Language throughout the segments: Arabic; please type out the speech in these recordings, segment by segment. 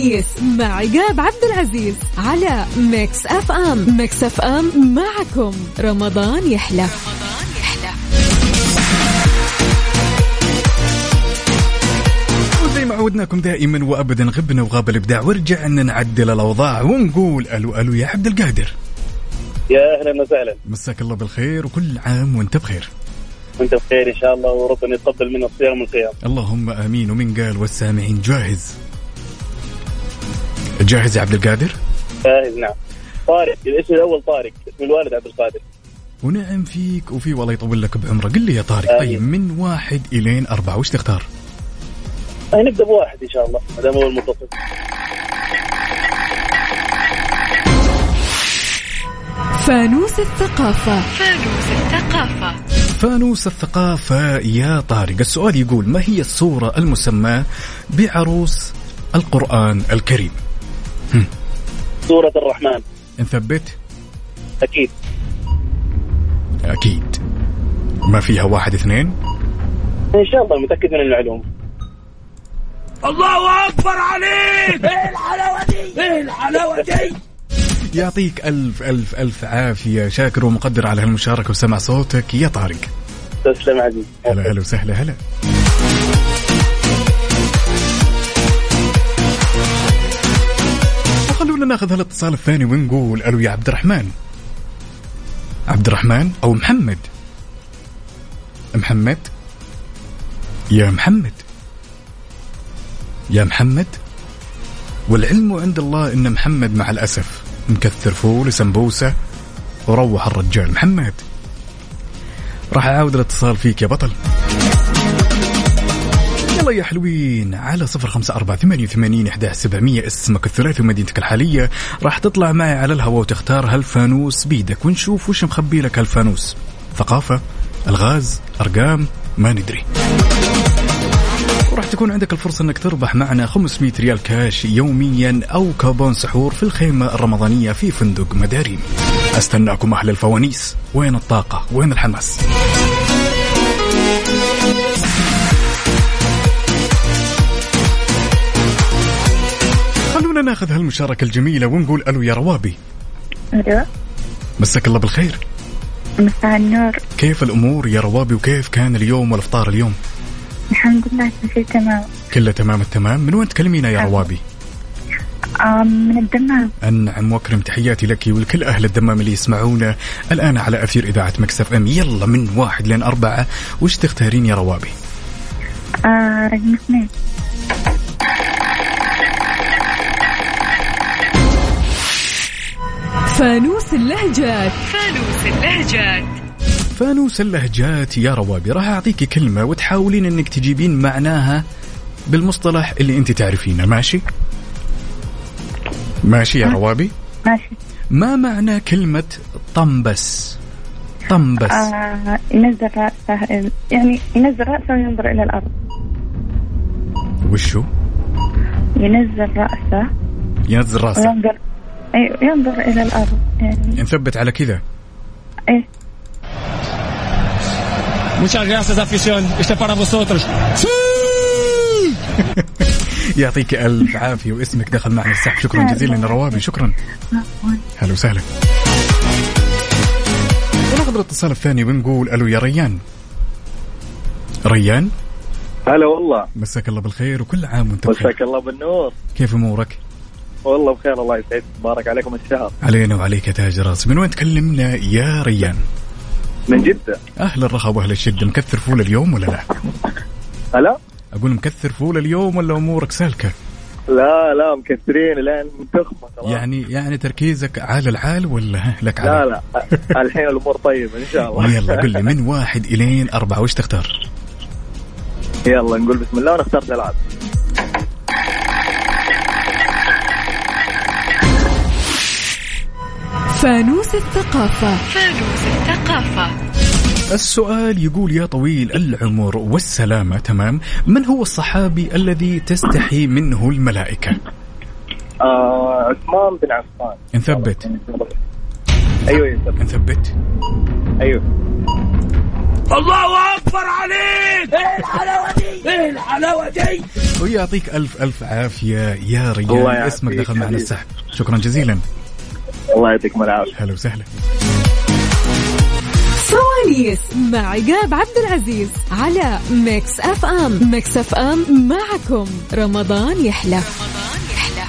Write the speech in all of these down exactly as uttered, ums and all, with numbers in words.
الخميس مع عقاب عبد العزيز على ميكس اف ام. ميكس اف ام معكم رمضان يحلى. وزي ما عودناكم دائما وابدا غبنا وغاب الابداع ورجعنا نعدل الاوضاع ونقول الو الو يا عبد القادر. يا اهلا وسهلا. مساك الله بالخير وكل عام وانت بخير. وانت بخير ان شاء الله وربنا يتقبل منا الصيام والقيام. اللهم امين. ومن قال والسامعين جاهز؟ جاهز يا عبد القادر؟ جاهز نعم. طارق، الاسم الاول طارق، اسم الوالد عبد القادر. ونعم فيك وفي والله يطول لك بعمره. قل لي يا طارق، طيب من واحد الين اربعه وش تختار؟ نبدأ بواحد إن شاء الله هذا هو المتصل. فانوس الثقافة. فانوس الثقافة. فانوس الثقافة يا طارق. السؤال يقول: ما هي السورة المسماة بعروس القرآن الكريم؟ هم. سورة الرحمن. نثبت؟ أكيد أكيد. ما فيها واحد اثنين؟ إن شاء الله متأكد من المعلومة. الله أكبر عليك. ايه الحلاوة دي، ايه الحلاوة دي. يعطيك ألف ألف ألف عافية. شاكر ومقدر على هالمشاركة وسمع صوتك يا طارق. تسلم عزيز. هلا هلا وسهلا. هلا وخلونا ناخذ هالاتصال الثاني ونقول ألو يا عبد الرحمن. عبد الرحمن أو محمد؟ محمد يا محمد يا محمد. والعلم عند الله إن محمد مع الأسف مكثر فول وسمبوسة وروح الرجال. محمد راح أعاود الاتصال فيك يا بطل. يلا يا حلوين على صفر خمسة أربعة ثمانية ثمانين أحد عشر سبعمية اسمك الثلاثي ومدينتك الحالية. راح تطلع معي على الهواء وتختار هالفانوس بيدك ونشوف وش مخبي لك هالفانوس. ثقافة، الغاز، أرقام، ما ندري. وراح تكون عندك الفرصة أنك تربح معنا خمسمية ريال كاش يوميا أو كوبون سحور في الخيمة الرمضانية في فندق مداريم. أستناكم أهل الفوانيس. وين الطاقة؟ وين الحماس؟ خلونا ناخذ هالمشاركة الجميلة ونقول ألو يا روابي. ألو. مساك الله بالخير. مساء النور. كيف الأمور يا روابي وكيف كان اليوم والإفطار اليوم؟ الحمد لله كله تمام. كله تمام التمام. من وين تكلمينا يا روابي؟ من الدمام. النعم واكرم. تحياتي لك ولكل أهل الدمام اللي يسمعونا الآن على أثير إذاعة ميكس اف ام. يلا من واحد لين أربعة وش تختارين يا روابي؟ آه رقم اثنين. فانوس اللهجات. فانوس اللهجات. فانوس اللهجات يا روابي. راح أعطيك كلمة وتحاولين أنك تجيبين معناها بالمصطلح اللي أنت تعرفينه. ماشي؟ ماشي يا روابي؟ ماشي. ما معنى كلمة طنبس؟ طنبس. آه ينزل رأسه، يعني ينزل رأسه وينظر إلى الأرض. وشو؟ ينزل رأسه. ينزل رأسه. وينظر. أي ينظر إلى الأرض يعني. نثبت على كذا. إيه. Muchas gracias afición. Este para vosotros. يعطيك ألف عافية واسمك دخل معنا السحب. شكرا جزيلا روابي. شكرا. هلا وسهلا. وناخذ الاتصال الثاني ونقول ألو يا ريان. ريان. هلا والله. مساك الله بالخير وكل عام وانت بخير. مساك الله بالنور. كيف أمورك؟ والله بخير الله يسعدك. بارك عليكم الشهر. علينا وعليك يا تاج راس. من وين تكلمنا يا ريان؟ من جدة. أهل الرخاء وأهل الشدة. مكثر فول اليوم ولا لا؟ هلا. أقول مكثر فول اليوم ولا أمورك سالكة؟ لا لا مكثرين الآن تخمة. يعني يعني تركيزك عال العال ولا لك عال؟ لا لا الحين الأمور طيبة إن شاء الله. يلا قل لي من واحد إلين أربعة وش تختار؟ يلا نقول بسم الله ونختار ثلاث. فانوس الثقافة. فانوس الثقافة. السؤال يقول: يا طويل العمر والسلامة تمام، من هو الصحابي الذي تستحي منه الملائكة؟ آه عثمان بن عفان. نثبت. أيوة يثبت. نثبت. أيوة. الله أكبر عليك. إيه الحلاوة دي، إيه الحلاوة دي. ويعطيك ألف ألف عافية يا ريال، اسمك دخل معنا السحب. شكرا جزيلا. الله يعطيكم العافية. هلا وسهلا. فوانيس مع عقاب عبد العزيز على ميكس اف ام. ميكس اف ام معكم رمضان يحلى. رمضان يحلى.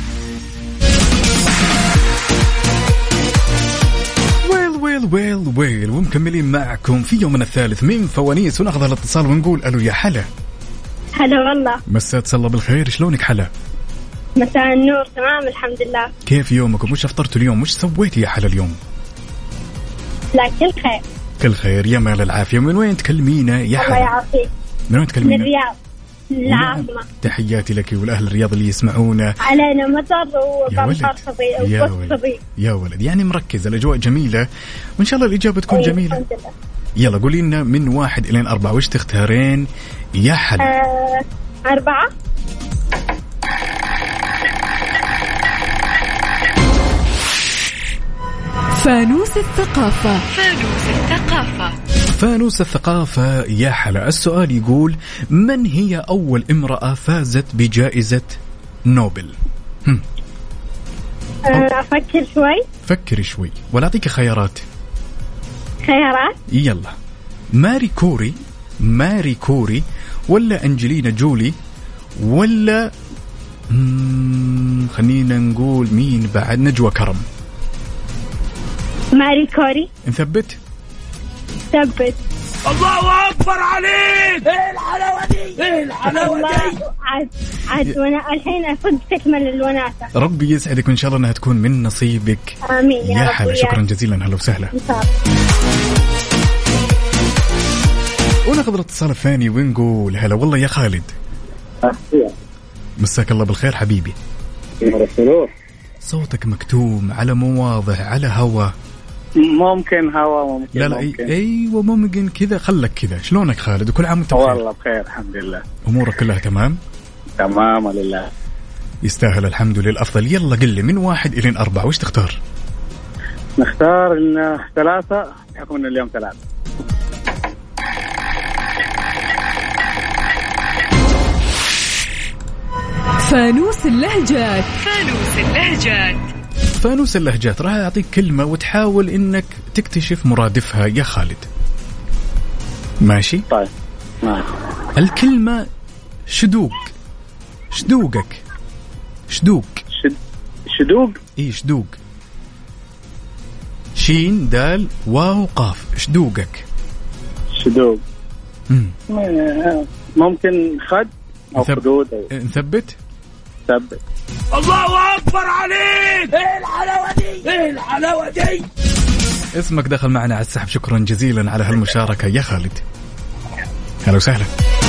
ويل ويل ويل ويل ومكملين معكم في يومنا الثالث من فوانيس، وناخذ الاتصال ونقول الو يا حلا. هلا والله. مسات الله بالخير، شلونك حلا؟ مساء النور، تمام الحمد لله. كيف يومكم؟ وش افطرتوا اليوم؟ وش سويتي يا حلا اليوم؟ لا كل خير. كل خير يا مال العافية. من وين تكلمينا يا حلا؟ الله يعافيك. من وين تكلمينا؟ من الرياض العاصمة. تحياتي لك ولأهل الرياض اللي يسمعونا. علينا مطر وبمطر صبي يا ولد يا ولد، يعني مركز، الأجواء جميلة وإن شاء الله الإجابة تكون أيه جميلة. الحمد لله. يلا قولي لنا من واحد إلى أربعة وش تختارين يا حلا؟ آه أربعة. فانوس الثقافة. فانوس الثقافة. فانوس الثقافة يا حلا. السؤال يقول: من هي أول امرأة فازت بجائزة نوبل؟ هم. أفكر شوي. فكر شوي ولا أعطيك خيارات. خيارات. يلا: ماري كوري، ماري كوري، ولا أنجلينا جولي، ولا مم... خلينا نقول مين بعد، نجوى كرم. ماري كوري. نثبت؟ ثبت. الله أكبر عليك. إيه الحلاوة دي، إيه الحلاوة دي. عاد عاد وانا الحين أفضل تكمل الوناسة. ربي يسعدك وإن شاء الله أنها تكون من نصيبك. آمين يا, يا حلا. شكرا جزيلا. هلا وسهلا. وناخذ الاتصال الثاني ونقول هلا والله يا خالد. مساك الله بالخير حبيبي. صوتك مكتوم على مواضح على هوا. ممكن هوا ممكن. لا لا ممكن. ايوه ممكن كذا. خلك كذا. شلونك خالد؟ وكل عام وانت بخير. والله بخير الحمد لله. امورك كلها تمام؟ تمام لله. يستاهل الحمد لله الافضل. يلا قل لي من واحد الى أربعة وش تختار؟ نختار ان ثلاثة بحكم ان اليوم ثلاثة. فانوس اللهجات. فانوس اللهجات. فانوس اللهجات راح أعطيك كلمة وتحاول إنك تكتشف مرادفها يا خالد. ماشي؟ طيب ماشي. الكلمة شدوق. شدوقك. شدوق. شد... شدوق. إيه شدوق. شين دال واو قاف. شدوقك. شدوق. مم. ممكن خد أو خدود. نثبت؟ ثبت. الله أكبر عليك. إيه الحلاوة دي، إيه الحلاوة دي. اسمك دخل معنا على السحب. شكرا جزيلا على هالمشاركة يا خالد. هلا وسهلا.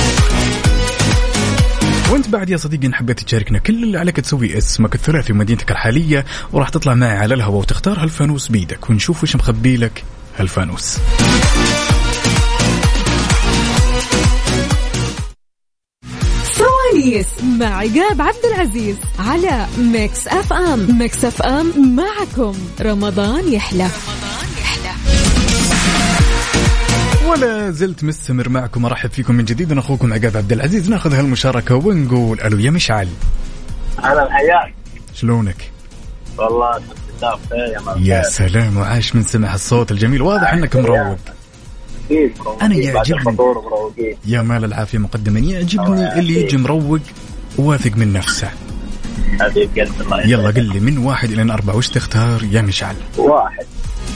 وانت بعد يا صديقي ان حبيت تشاركنا كل اللي عليك تسوي اسمك الثلاثي ومدينتك الحالية وراح تطلع معي على الهواء وتختار هالفانوس بيدك ونشوف وش مخبي لك هالفانوس. فوانيس مع عقاب عبد العزيز على ميكس اف ام. ميكس اف ام معكم رمضان يحلى. رمضان يحلى. ولا زلت مستمر معكم. ارحب فيكم من جديد. انا اخوكم عقاب عبد العزيز. ناخذ هالمشاركة ونقول الو يا مشعل. اهلا حياك. شلونك؟ والله الحمد لله بخير يا مرحبا. يا سلام وعاش من سمع الصوت الجميل. واضح انك مروق. أنا يعجبني يا مال العافية مقدما. يعجبني اللي يجي مروق وواثق من نفسه. يلا قل لي من واحد إلى أربعة وش تختار يا مشعل؟ واحد.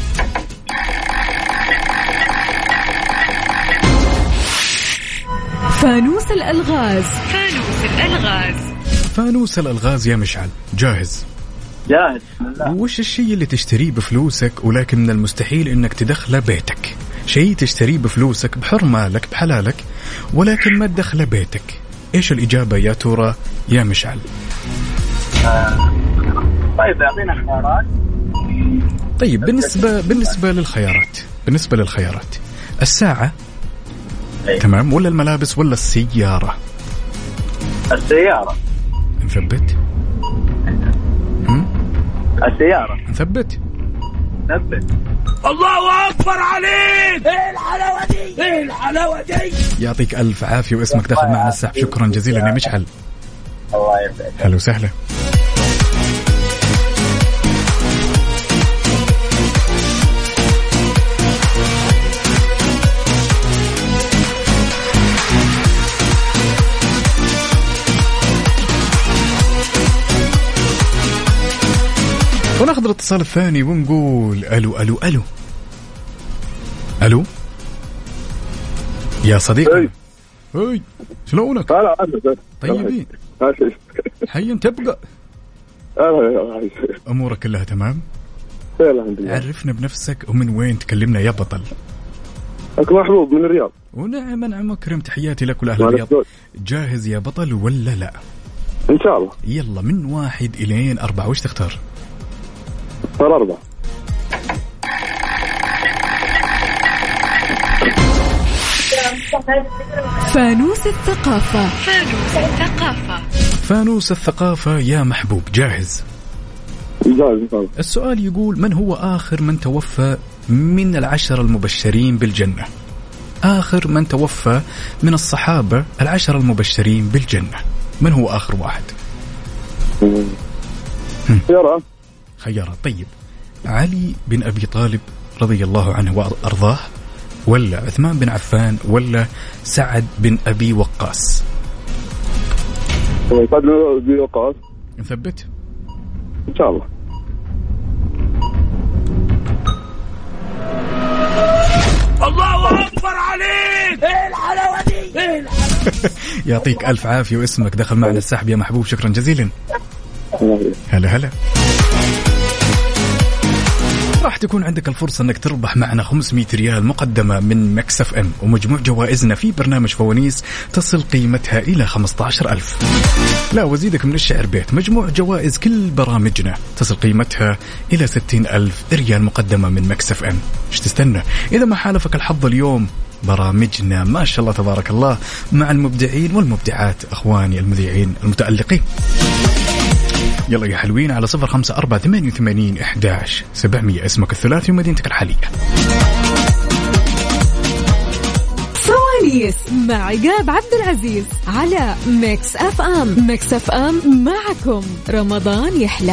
فانوس الألغاز. فانوس الألغاز. فانوس الألغاز يا مشعل. جاهز؟ جاهز. وش الشيء اللي تشتريه بفلوسك ولكن من المستحيل إنك تدخله بيتك؟ شيء تشتريه بفلوسك بحر مالك بحلالك ولكن ما تدخله بيتك. إيش الإجابة يا ترى يا مشعل؟ آه. طيب أعطينا خيارات. طيب بالنسبة بالنسبة للخيارات بالنسبة للخيارات الساعة أي. تمام ولا الملابس ولا السيارة؟ السيارة. نثبت؟ السيارة. نثبت؟ نثبت. الله أكبر عليك. إيه الحلاوة دي؟ إيه الحلاوة دي؟ يعطيك ألف عافية واسمك دخل معنا السحب. شكرا جزيلا يا مشعل. الله يسعدك. هلا وسهلا. وناخذ الاتصال الثاني ونقول الو الو الو الو يا صديقي. هاي شلونك؟ طيبين حي تبقى. امورك كلها تمام؟ عرفنا بنفسك ومن وين تكلمنا يا بطل؟ أكو محبوب من الرياض. ونعم نعم وكرم، تحياتي لك ولأهل الرياض. جاهز يا بطل ولا لا؟ إن شاء الله. يلا من واحد إلين أربعة وش تختار؟ اختار أربعة. فانوس الثقافة. فانوس الثقافة. فانوس الثقافة يا محبوب جاهز؟ جاهز. السؤال يقول من هو آخر من توفى من العشر المبشرين بالجنة؟ آخر من توفى من الصحابة العشر المبشرين بالجنة من هو آخر واحد؟ خيارات. خيارات. طيب علي بن أبي طالب رضي الله عنه وأرضاه، ولا عثمان بن عفان، ولا سعد بن أبي وقاص؟ سعد بن أبي وقاص. نثبت إن شاء الله. الله أكبر عليك. إيه الحلاوة دي؟ إيه الحلاوة؟ يعطيك ألف عافية واسمك دخل معنا السحب يا محبوب. شكرا جزيلا. هلا هلا. راح تكون عندك الفرصة أنك تربح معنا خمسمية ريال مقدمة من مكس اف ام، ومجموع جوائزنا في برنامج فوانيس تصل قيمتها إلى خمسة عشر ألف. لا وزيدك من الشعر بيت، مجموع جوائز كل برامجنا تصل قيمتها إلى ستين ألف ريال مقدمة من مكس اف ام. ايش تستنى؟ إذا ما حالفك الحظ اليوم برامجنا ما شاء الله تبارك الله مع المبدعين والمبدعات أخواني المذيعين المتألقين. يلا يا حلوين على صفر خمسة أربعة ثمانية ثمانين إحداش سبعمية اسمك الثلاثي ومدينتك الحالية. فوانيس مع عقاب عبد العزيز على ميكس اف ام. ميكس اف ام معكم رمضان يحلى.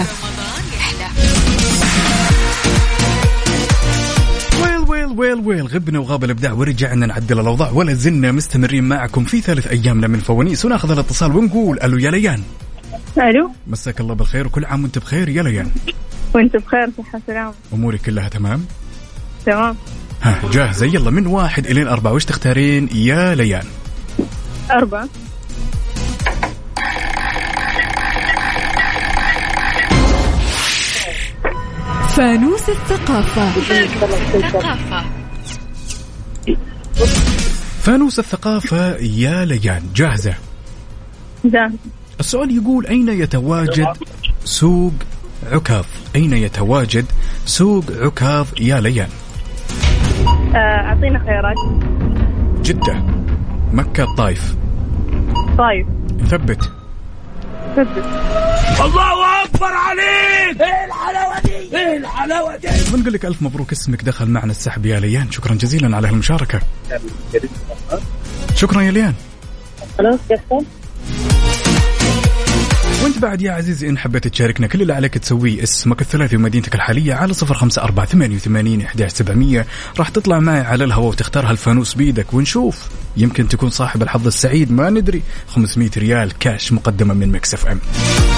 ويل ويل ويل ويل غبنا وغاب الابداع ورجعنا نعدل الاوضاع ولا زلنا مستمرين معكم في ثالث ايامنا من فوانيس. وناخذ الاتصال ونقول الو يا ليان. الو مساك الله بالخير وكل عام وانت بخير يا ليان. وانت بخير صحة سلام. امورك كلها تمام؟ تمام. ها جاهزة؟ يلا من واحد الين أربعة وش تختارين يا ليان؟ أربعة. فانوس الثقافة. فانوس الثقافة. فانوس الثقافة يا ليان جاهزة؟ جاهز. السؤال يقول أين يتواجد سوق عكاظ؟ أين يتواجد سوق عكاظ يا ليان؟ أعطينا خيارات. جدة، مكة، طائف. طيب نثبت. ثبت. الله أكبر عليك. إيه الحلاوة دي؟ إيه الحلاوة دي؟ بنقول لك ألف مبروك اسمك دخل معنا السحب يا ليان. شكرا جزيلا على هالمشاركة. شكرا يا ليان. خلاص جاهزة. وانت بعد يا عزيزي إن حبيت تشاركنا كل اللي عليك تسويه اسمك الثلاثي ومدينتك الحالية على صفر خمسة أربعة ثمانية ثمانين إحداش سبعمية. راح تطلع معي على الهواء وتختار هالفانوس بيدك ونشوف يمكن تكون صاحب الحظ السعيد ما ندري. خمسمية ريال كاش مقدمة من مكس اف ام.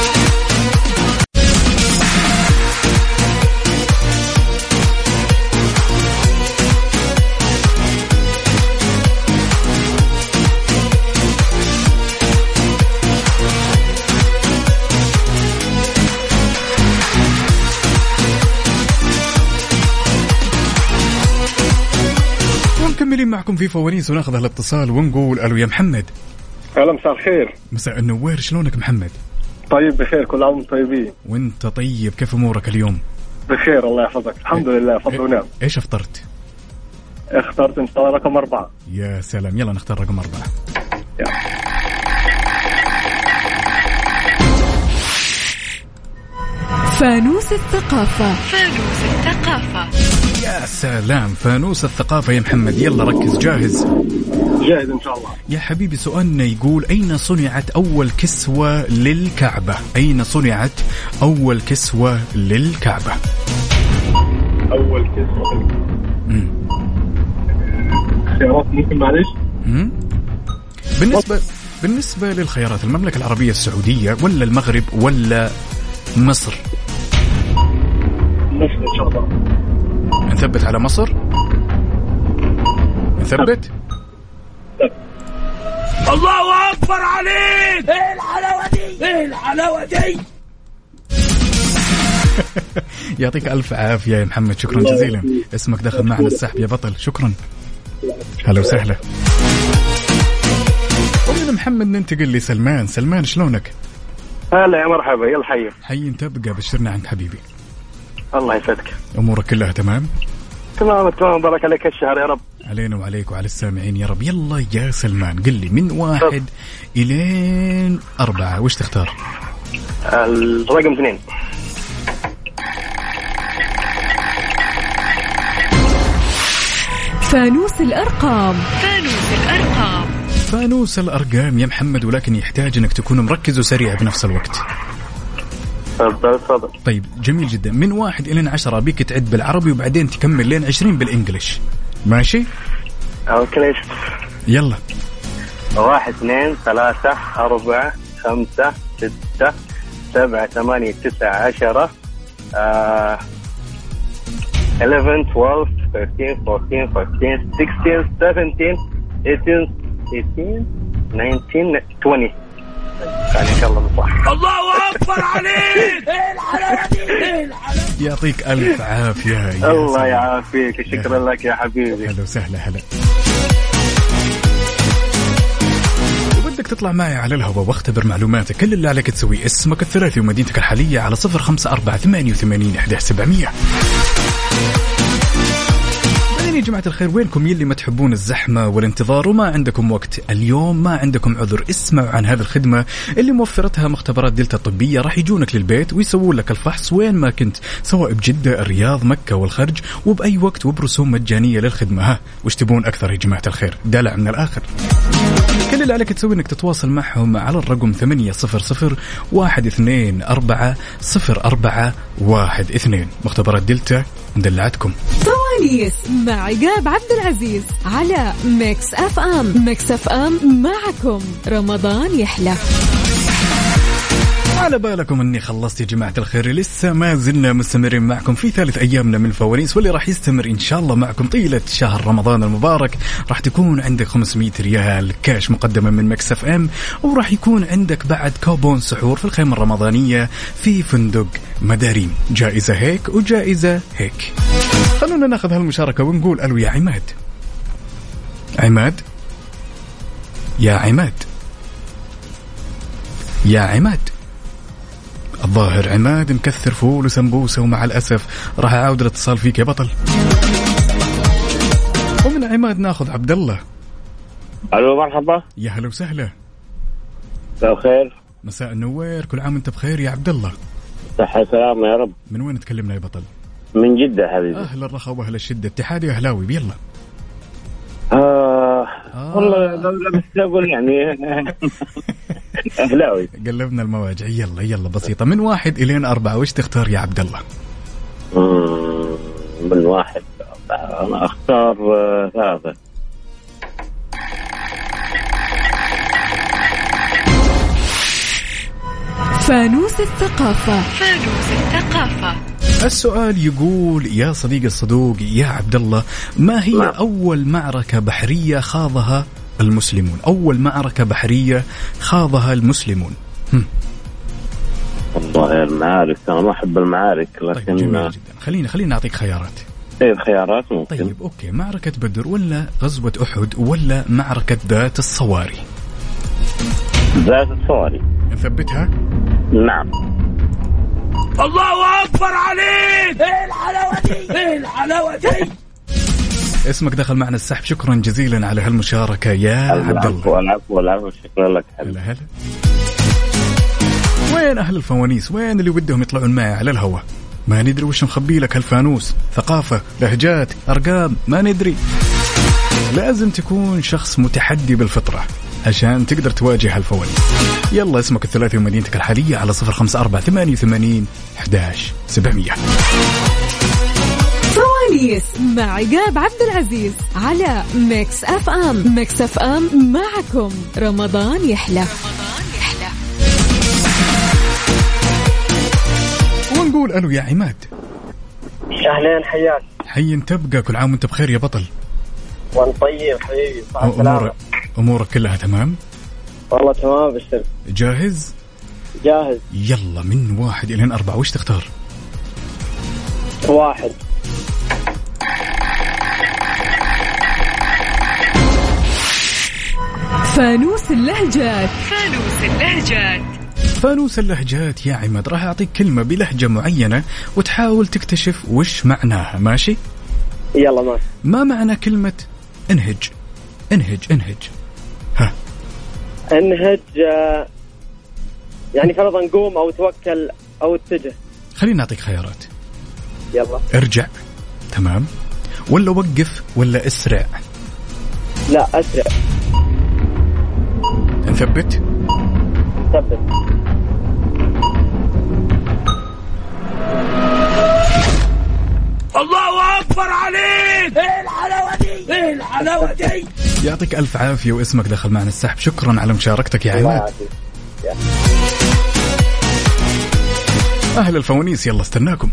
مكملين معكم في فوانيس وناخذ هالاتصال ونقول الو يا محمد. هلا مساء الخير. مساء النوير، شلونك محمد؟ طيب بخير، كل عام وانتم طيبين. وانت طيب، كيف امورك اليوم؟ بخير الله يحفظك، الحمد لله فضل ونعم. ايش افطرت؟ اخترت ان شاء الله رقم أربعة. يا سلام، يلا نختار رقم أربعة. فانوس الثقافة. فانوس الثقافة. يا سلام، فانوس الثقافة يا محمد. يلا ركز، جاهز؟ جاهز إن شاء الله. يا حبيبي سؤالنا يقول أين صنعت أول كسوة للكعبة؟ أين صنعت أول كسوة للكعبة؟ أول كسوة. مم. خيارات ممكن معلش؟ مم. بالنسبة بالنسبة للخيارات، المملكة العربية السعودية ولا المغرب ولا مصر؟ مصر إن شاء الله. نثبت على مصر؟ نثبت؟ الله أكبر عليك. ايه الحلاوة دي، ايه الحلاوة دي. يعطيك ألف عافية يا محمد، شكرا جزيلا. اسمك دخل معنا السحب يا بطل، شكرا. هلا وسهلا. ومن محمد ننتقل لسلمان. سلمان شلونك؟ هلا يا مرحبا، يلا حي. حي انت، بقى بشرنا عنك حبيبي. الله يسعدك. أمورك كلها تمام؟ تمام تمام، بارك عليك الشهر يا رب. علينا وعليك وعلى السامعين يا رب. يلا يا سلمان قل لي من واحد إلين أربعة وش تختار؟ الرقم اثنين. فانوس الأرقام. فانوس الأرقام. فانوس الأرقام يا محمد، ولكن يحتاج أنك تكون مركز وسريع بنفس الوقت. تفضل تفضل. طيب جميل جدا. من واحد إلين عشرة بيك تعد بالعربي وبعدين تكمل لين عشرين بالإنجليش، ماشي؟ أوكي. يلا. واحد اثنين ثلاثة أربعة خمسة ستة سبعة ثمانية تسعة عشرة آه eleven twelve thirteen fourteen fifteen sixteen seventeen eighteen eighteen nineteen twenty. كان إن شاء الله صح. الله أكبر عليك. ايه الحلاوة دي، ايه الحلاوة. يعطيك ألف عافية يا الله يعافيك، شكرا لك يا حبيبي. هلا وسهلا. هلا. بدك تطلع معي على الهواء واختبر معلوماتك، كل اللي عليك تسوي اسمك الثلاثي ومدينتك الحالية على صفر خمسة أربعة ثمانية وثمانين أحد سبعمية. يا جماعة الخير، وينكم يلي ما تحبون الزحمة والانتظار وما عندكم وقت؟ اليوم ما عندكم عذر. اسمعوا عن هذه الخدمة اللي موفرتها مختبرات دلتا الطبية. راح يجونك للبيت ويسوون لك الفحص وين ما كنت، سواء بجدة، الرياض، مكة والخرج، وبأي وقت وبرسوم مجانية للخدمة. ها وش تبون أكثر يا جماعة الخير؟ دلع من الآخر. كل اللي عليك تسوي انك تتواصل معهم على الرقم ثمانية صفر صفر واحد اثنين أربعة صفر أربعة واحد اثنين. مختبرات دلتا مدلعتكم. فوانيس مع عقاب عبد العزيز على ميكس اف ام. ميكس اف ام معكم رمضان يحلى. على بالكم اني خلصت يا جماعة الخير؟ لسه ما زلنا مستمرين معكم في ثالث ايامنا من فوانيس، واللي راح يستمر ان شاء الله معكم طيلة شهر رمضان المبارك. راح تكون عندك خمسمية ريال كاش مقدمة من ميكس اف ام، وراح يكون عندك بعد كوبون سحور في الخيمة الرمضانية في فندق مداريم. جائزة هيك وجائزة هيك. خلونا ناخذ هالمشاركة ونقول الو يا عماد. عماد يا عماد يا عماد. الظاهر عماد مكثر فول وسمبوسة، ومع الأسف راح أعود الاتصال فيك يا بطل. ومن عماد ناخذ عبد الله. ألو مرحبا. يا هلا وسهلا. مساء الخير. مساء النوير، كل عام وانت بخير يا عبد الله. صحة سلامة يا رب. من وين تكلمنا يا بطل؟ من جدة حبيبي. أهل الرخاء وأهل الشدة، اتحادي أهلاوي. بيلا. آه. آه. والله بس أقول يعني أهلاوي. قلبنا المواجع. يلا يلا بسيطة، من واحد إلين أربعة وش تختار يا عبد الله؟ من واحد أنا أختار آه ثلاثة. فانوس الثقافة. فانوس الثقافة. السؤال يقول يا صديق الصدوق يا عبد الله، ما هي نعم. أول معركة بحرية خاضها المسلمون؟ أول معركة بحرية خاضها المسلمون. هم. والله المعارك أنا ما أحب المعارك، لكن طيب جميل جدا. خلينا خلينا نعطيك خيارات. إيه الخيارات ممكن. طيب أوكي، معركة بدر ولا غزوة أحد ولا معركة ذات الصواري؟ ذات الصواري. نثبتها؟ نعم. الله أكبر عليك. ايه الحلاوة دي، ايه الحلاوة دي. اسمك دخل معنا السحب، شكرا جزيلا على هالمشاركة يا عبد الله. العفو العفو العفو، شكرا لك. هلا هلا. وين أهل الفوانيس؟ وين اللي بدهم يطلعون معي على الهواء؟ ما ندري وش مخبي لك هالفانوس. ثقافة، لهجات، أرقام، ما ندري. لازم تكون شخص متحدي بالفطرة عشان تقدر تواجه هالفوانيس. يلا اسمك الثلاثي ومدينتك الحالية على صفر خمسة أربعة ثمانية ثمانين أحد عشر سبعمية. فوانيس مع عقاب عبد العزيز على ميكس اف ام. ميكس اف ام معكم رمضان يحلى. ونقول ألو يا عماد. أهلين حياك. حي تبقى، كل عام وانت بخير يا بطل. وانت طيب حبيبي. أمورك أمورك كلها تمام؟ والله تمام بالسر. جاهز؟ جاهز. يلا من واحد إلى أربعة وش تختار؟ واحد. فانوس اللهجات. فانوس اللهجات. فانوس اللهجات يا عماد، راح أعطيك كلمة بلهجة معينة وتحاول تكتشف وش معناها. ماشي؟ يلا ماشي. ما معنى كلمة انهج؟ انهج انهج ها. انهج يعني فرضا قوم أو توكل أو اتجه. خلينا نعطيك خيارات. يلا. ارجع، تمام، ولا وقف، ولا اسرع؟ لا أسرع. نثبت؟ ثبت. الله أكبر عليك. ايه الحلاوة دي، ايه الحلاوة دي. يعطيك ألف عافية واسمك دخل معنا السحب. شكرا على مشاركتك يا عماد. أهل الفوانيس يلا استناكم.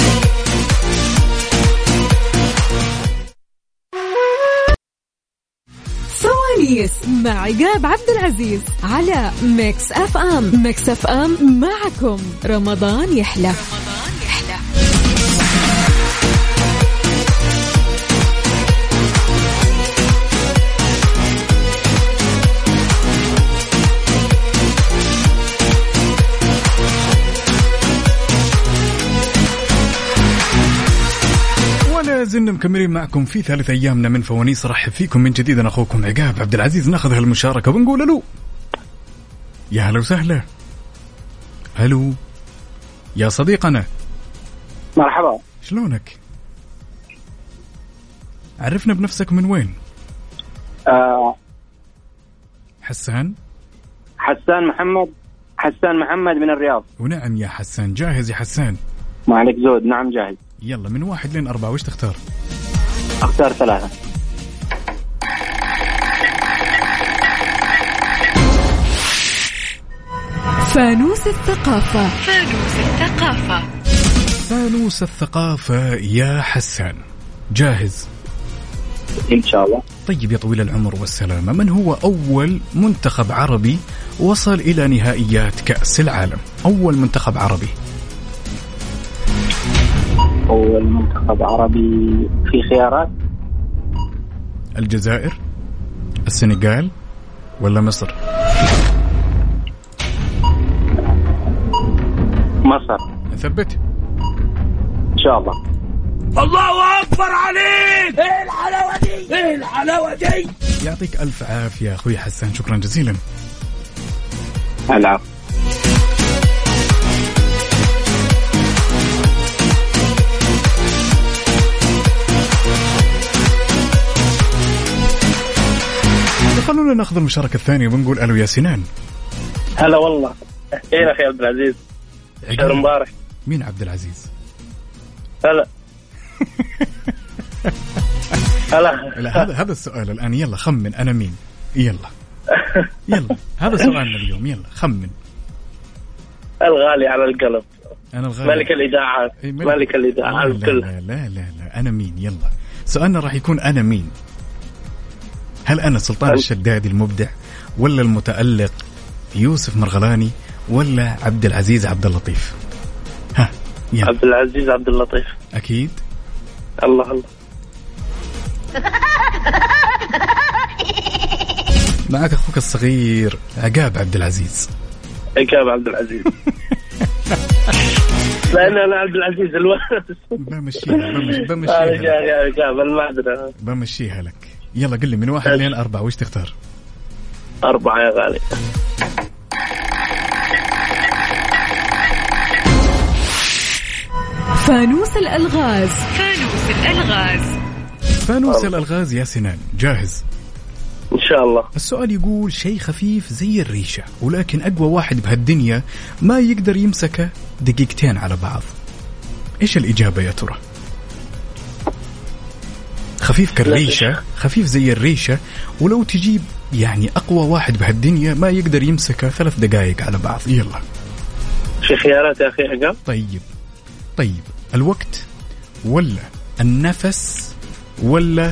فوانيس مع عقاب عبد العزيز على ميكس اف ام. ميكس اف ام معكم رمضان يحلى. زلنا مكملين معكم في ثالث أيامنا من فوانيس. رحب فيكم من جديد، أنا أخوكم عقاب عبد العزيز. ناخذ هالمشاركة ونقول ألو. يا هلا وسهلا. ألو يا صديقنا. مرحبا. شلونك؟ عرفنا بنفسك من وين؟ آه حسان. حسان محمد. حسان محمد من الرياض. ونعم يا حسان. جاهز يا حسان؟ ما عليك زود. نعم جاهز. يلا من واحد لين أربعة وش تختار؟ أختار ثلاثة. فانوس الثقافة. فانوس الثقافة. فانوس الثقافة يا حسان، جاهز؟ إن شاء الله. طيب يا طويل العمر والسلامة، من هو أول منتخب عربي وصل إلى نهائيات كأس العالم؟ أول منتخب عربي. أول منتخب عربي في خيارات؟ الجزائر، السنغال، ولا مصر؟ مصر. ثبت إن شاء الله. الله أكبر عليك. ايه الحلاوة دي، ايه الحلاوة دي. يعطيك ألف عافية أخوي حسان، شكرا جزيلا. العفو. خلونا ناخذ المشاركة الثانية ونقول ألو يا سنان. هلا والله. ايه اخي عبد العزيز. شهر مبارك. مين عبد العزيز؟ هلا. هلا. لا هذا هذا السؤال الآن. يلا خمن أنا مين. يلا يلا هذا سؤالنا اليوم. يلا خمن. الغالي على القلب. أنا الغالي. ملك الإذاعات. إيه ملك. ملك الإذاعات لا كلها. لا, لا لا لا أنا مين. يلا سؤالنا راح يكون أنا مين. هل أنا سلطان الشدادي المبدع، ولا المتألق يوسف مرغلاني، ولا عبد العزيز عبد اللطيف؟ ها يلا. عبد العزيز عبد اللطيف. أكيد. الله الله. معك أخوك الصغير عقاب عبد العزيز. عقاب عبد العزيز. لأن أنا عبد العزيز الوارث. بمشيها بمشي بمشيها لك. يا عقاب المعذرة. بمشيها لك. يلا قل لي من واحد لين أربعة وش تختار؟ أربعة يا غالي. فانوس الألغاز. فانوس الألغاز. فانوس الألغاز يا سنان، جاهز؟ إن شاء الله. السؤال يقول شيء خفيف زي الريشة ولكن أقوى واحد بهالدنيا ما يقدر يمسكه دقيقتين على بعض. إيش الإجابة يا ترى؟ خفيف كالريشة، خفيف زي الريشة، ولو تجيب يعني أقوى واحد بهالدنيا ما يقدر يمسكه ثلاث دقائق على بعض. يلا في خيارات يا أخي عقاب؟ طيب طيب الوقت ولا النفس ولا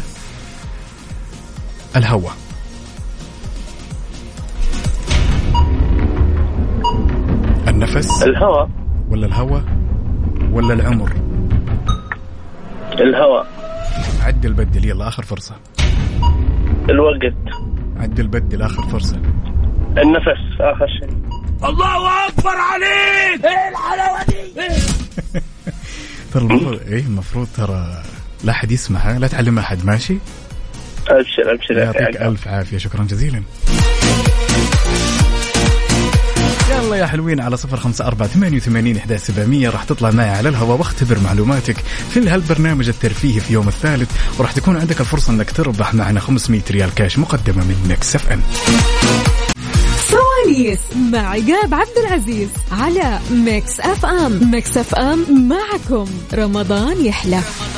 الهواء؟ النفس الهواء ولا الهواء ولا العمر؟ الهواء. عدل بدل، يلا آخر فرصة. الوقت. عدل بدل، آخر فرصة. النفس آخر شيء. الله أكبر عليك. إيه الحلاوة دي؟ ترى المفروض إيه المفروض ترى لا حد يسمعها، لا تعلم أحد. ماشي، أبشر أبشر. يعطيك ألف عافية، شكرا جزيلا. يلا يا حلوين، على صفر خمسة أربعة ثمانية وثمانين إحدى سبعمية راح تطلع معي على الهواء واختبر معلوماتك في هالبرنامج الترفيهي في يوم الثالث، وراح تكون عندك الفرصة أنك تربح معنا خمسمية ريال كاش مقدمة من ميكس اف ام. فوانيس مع عقاب عبد العزيز على ميكس اف ام. ميكس اف ام معكم رمضان يحلى.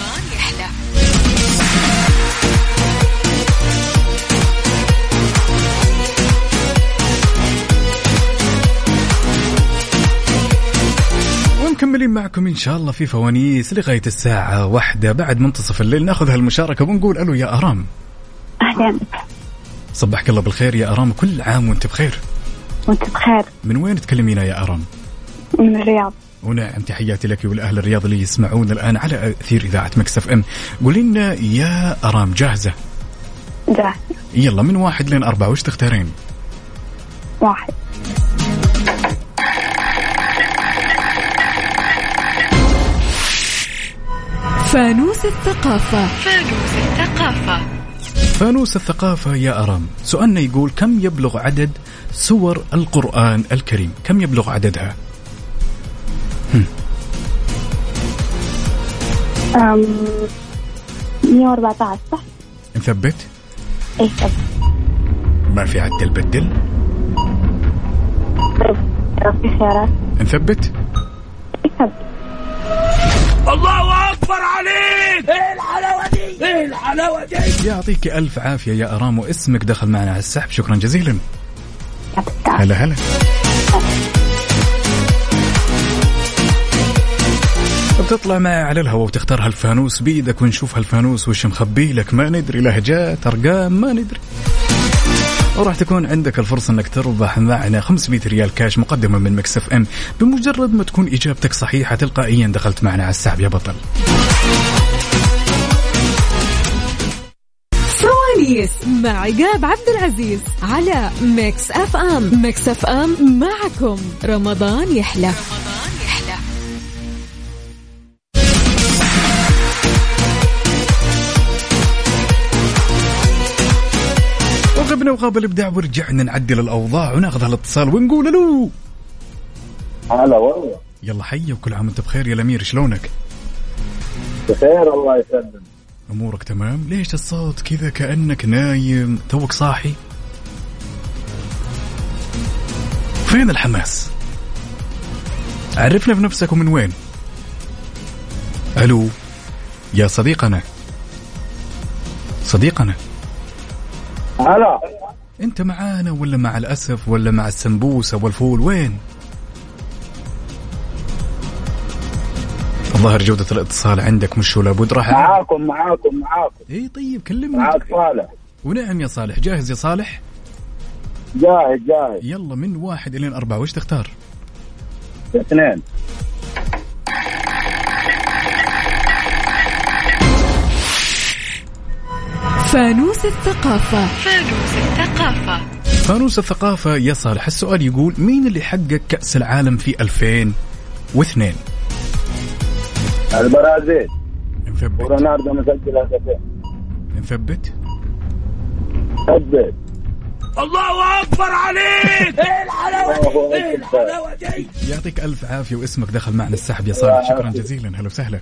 مكملين معكم إن شاء الله في فوانيس لغاية الساعة واحدة بعد منتصف الليل. ناخذ هالمشاركة ونقول ألو يا أرام. أهلا. صبحك الله بالخير يا أرام، كل عام وانت بخير. وانت بخير. من وين تكلمينا يا أرام؟ من الرياض. ونعم، تحياتي لك ولأهل الرياض اللي يسمعون الآن على أثير إذاعة ميكس اف ام. قولي لنا يا أرام، جاهزة؟ جاهزة. يلا من واحد لين أربعة وش تختارين؟ واحد. فانوس الثقافة. فانوس الثقافة. فانوس الثقافة يا أرام، سؤالنا يقول كم يبلغ عدد سور القرآن الكريم؟ كم يبلغ عددها؟ أم مية وأربعة عشر صح؟ نثبت؟ إيه طب. ما في عدل بدل؟ طيب في خيارات؟ نثبت؟ إيه طب. الله أكبر عليك. إيه الحلاوة دي؟ إيه الحلاوة دي؟ يعطيك ألف عافية يا أرام، واسمك دخل معنا على السحب، شكرا جزيلا. هلا هلا. بتطلع معي على الهواء وتختار هالفانوس بيدك، ونشوف هالفانوس وش مخبي لك. ما ندري، لهجات، أرقام، ما ندري. وراح تكون عندك الفرصة انك تربح معنا خمسمية ريال كاش مقدمة من ميكس اف ام بمجرد ما تكون اجابتك صحيحة تلقائيا دخلت معنا على السحب يا بطل. فوانيس مع عقاب عبد العزيز على ميكس اف ام. ميكس اف ام معكم رمضان يحلى. وغبنا وغاب الابداع ورجعنا نعدل الاوضاع وناخذ هالاتصال ونقول له هلا والله. يلا حي وكل عام وانت بخير يا الامير، شلونك؟ بخير الله يسلم. امورك تمام؟ ليش الصوت كذا كانك نايم توك صاحي؟ فين الحماس؟ عرفنا بنفسك ومن وين؟ الو يا صديقنا صديقنا هلا، انت معانا ولا مع الاسف ولا مع السمبوسه والفول؟ وين؟ الظاهر جودة الاتصال عندك مش ولا بد. راح معاكم معاكم معاكم. اي طيب كلمني. معاك صالح. ونعم يا صالح، جاهز يا صالح؟ جاهز جاهز. يلا من واحد الين أربعة وش تختار؟ اثنين. فانوس الثقافة. فانوس الثقافة. فانوس الثقافة يا صالح، السؤال يقول مين اللي حقق كأس العالم في ألفين واثنين؟ البرازيل. نثبت. ورونالدو مسجل هدفين. نثبت. ثبت. الله أكبر عليك. إيه الحلاوة دي؟ إيه الحلاوة دي؟ يعطيك ألف عافية واسمك دخل معنا السحب يا صالح. شكرا جزيلا. هلا وسهلا.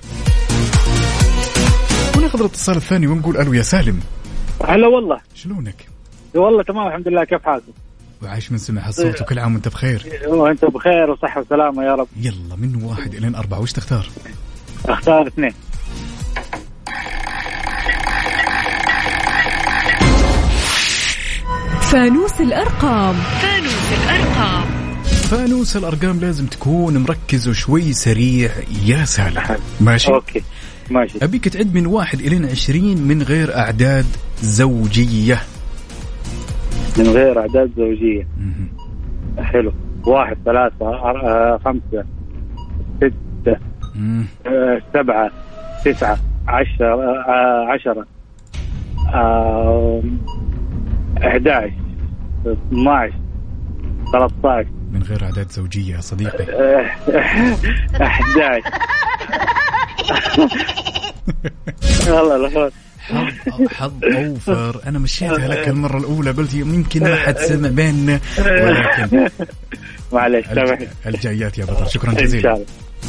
وناخذ الاتصال الثاني ونقول ألو يا سالم. هلا والله. شلونك؟ والله تمام الحمد لله. كيف حالك؟ وعايش من سمع الصوت وكل عام وانت بخير. وانت بخير وصحة وسلامة يا رب. يلا من واحد إلى أربعة وش تختار؟ اختار اثنين. فانوس الأرقام. فانوس الأرقام. فانوس الأرقام لازم تكون مركز وشوي سريع يا سالم. ماشي؟ أوكي ماشي. أبيك تعد من واحد إلى عشرين من غير أعداد زوجية. من غير أعداد زوجية. حلو. واحد ثلاثة أر... خمسة ستة أه... سبعة تسعة عشرة أه... عشرة أحد عشر اثنا عشر ثلاثة عشر من غير أعداد زوجية يا صديقي. أحد عشر والله لا حظ حظ أوفر. أنا مشيتها لك المرة الأولى قلت يمكن ما حد سمع بيننا ولكن معلش الجايات يا بطل. شكرا جزيلا.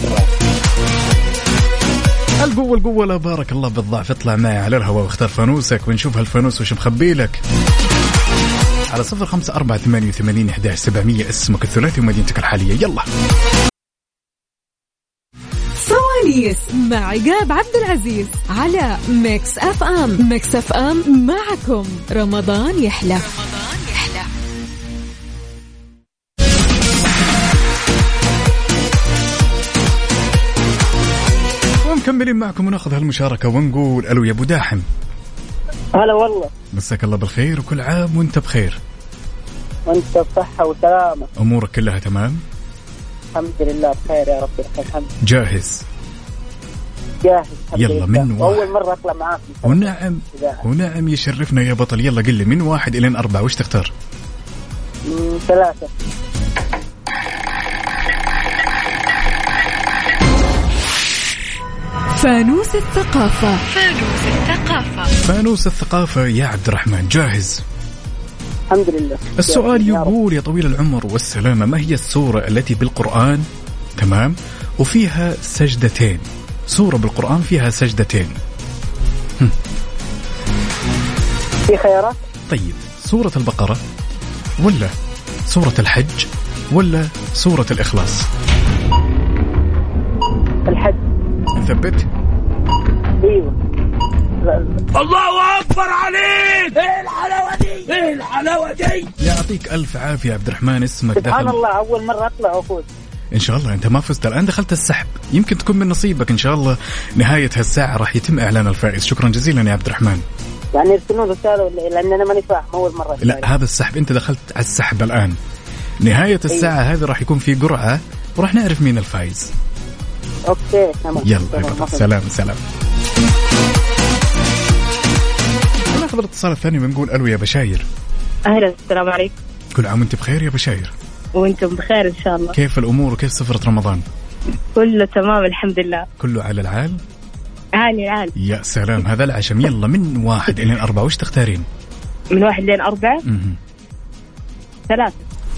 القوة القوة لا بارك الله بالضعف. اطلع معي على الهواء واختار فانوسك ونشوف هالفانوس وش مخبي لك على صفر خمسة أربعة ثمانية وثمانين أحد عشر سبعمية اسمك الثلاثي ومدينتك الحالية. يلا فوانيس مع عقاب عبد العزيز على ميكس اف ام. ميكس اف ام معكم رمضان يحلى. ومكملين معكم وناخذ هالمشاركة ونقول ألو يا أبو داحم. هلا والله. مساك الله بالخير وكل عام وانت بخير. وانت بصحة وسلامة. أمورك كلها تمام؟ الحمد لله بخير يا رب الحمد. جاهز؟ جاهز. يلا من واحد. أول مرة أطلع معاك. ونعم ونعم يشرفنا يا بطل. يلا قل لي من واحد إلى أربعة وش تختار؟ ثلاثة. فانوس الثقافة. فانوس الثقافة. فانوس الثقافة يا عبد الرحمن. جاهز؟ الحمد لله. السؤال يقول يا طويل العمر والسلامة، ما هي السورة التي بالقرآن تمام وفيها سجدتين؟ سورة بالقرآن فيها سجدتين. هم. في خيارات؟ طيب سورة البقرة ولا سورة الحج ولا سورة الإخلاص؟ الحج. ثبت؟ ايوه. الله أكبر عليك. إيه الحلاوة دي؟ إيه الحلاوة دي؟ يعطيك ألف عافية عبد الرحمن. اسمك دخل. سبحان الله أول مرة أطلع وأفوز. إن شاء الله. أنت ما فزت الآن، دخلت السحب، يمكن تكون من نصيبك. إن شاء الله نهاية هالساعة راح يتم إعلان الفائز. شكرا جزيلا يا عبد الرحمن. يعني يرسلون رسالة ولا؟ لأن أنا ماني فاهم أول مرة. لا هذا السحب، أنت دخلت على السحب الآن. نهاية الساعة أيوة. هذه راح يكون في قرعة وراح نعرف مين الفائز. أوكي تمام. يلا سلام سلام. ناخذ الاتصال الثاني ونقول ألو يا بشاير. أهلا. السلام عليكم. كل عام وانت بخير يا بشاير. وانتم بخير إن شاء الله. كيف الأمور وكيف سفرة رمضان؟ كله تمام الحمد لله. كله على العال؟ عالي العال. يا سلام. هذا العشم. يلا من واحد إلى أربعة وش تختارين؟ من واحد لين أربعة. م-م. ثلاثة.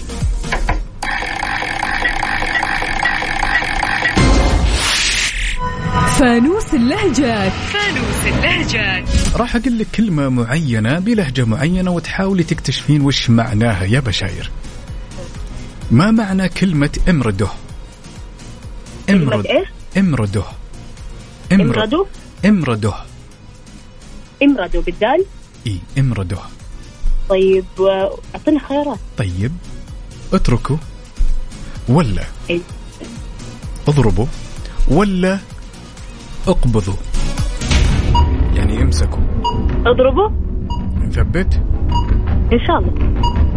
فانوس اللهجات. فانوس اللهجات. راح أقول لك كلمة معينة بلهجة معينة وتحاولي تكتشفين وش معناها يا بشاير. ما معنى كلمة امرده؟ امرد إيه؟ امرده. امرده. امرده. امرده بالدال. إيه امرده. طيب أعطيني خيارات. طيب اتركوا ولا إيه؟ اضربوا ولا اقبضوا، يعني امسكوا. اضربوا. نثبت ان شاء الله.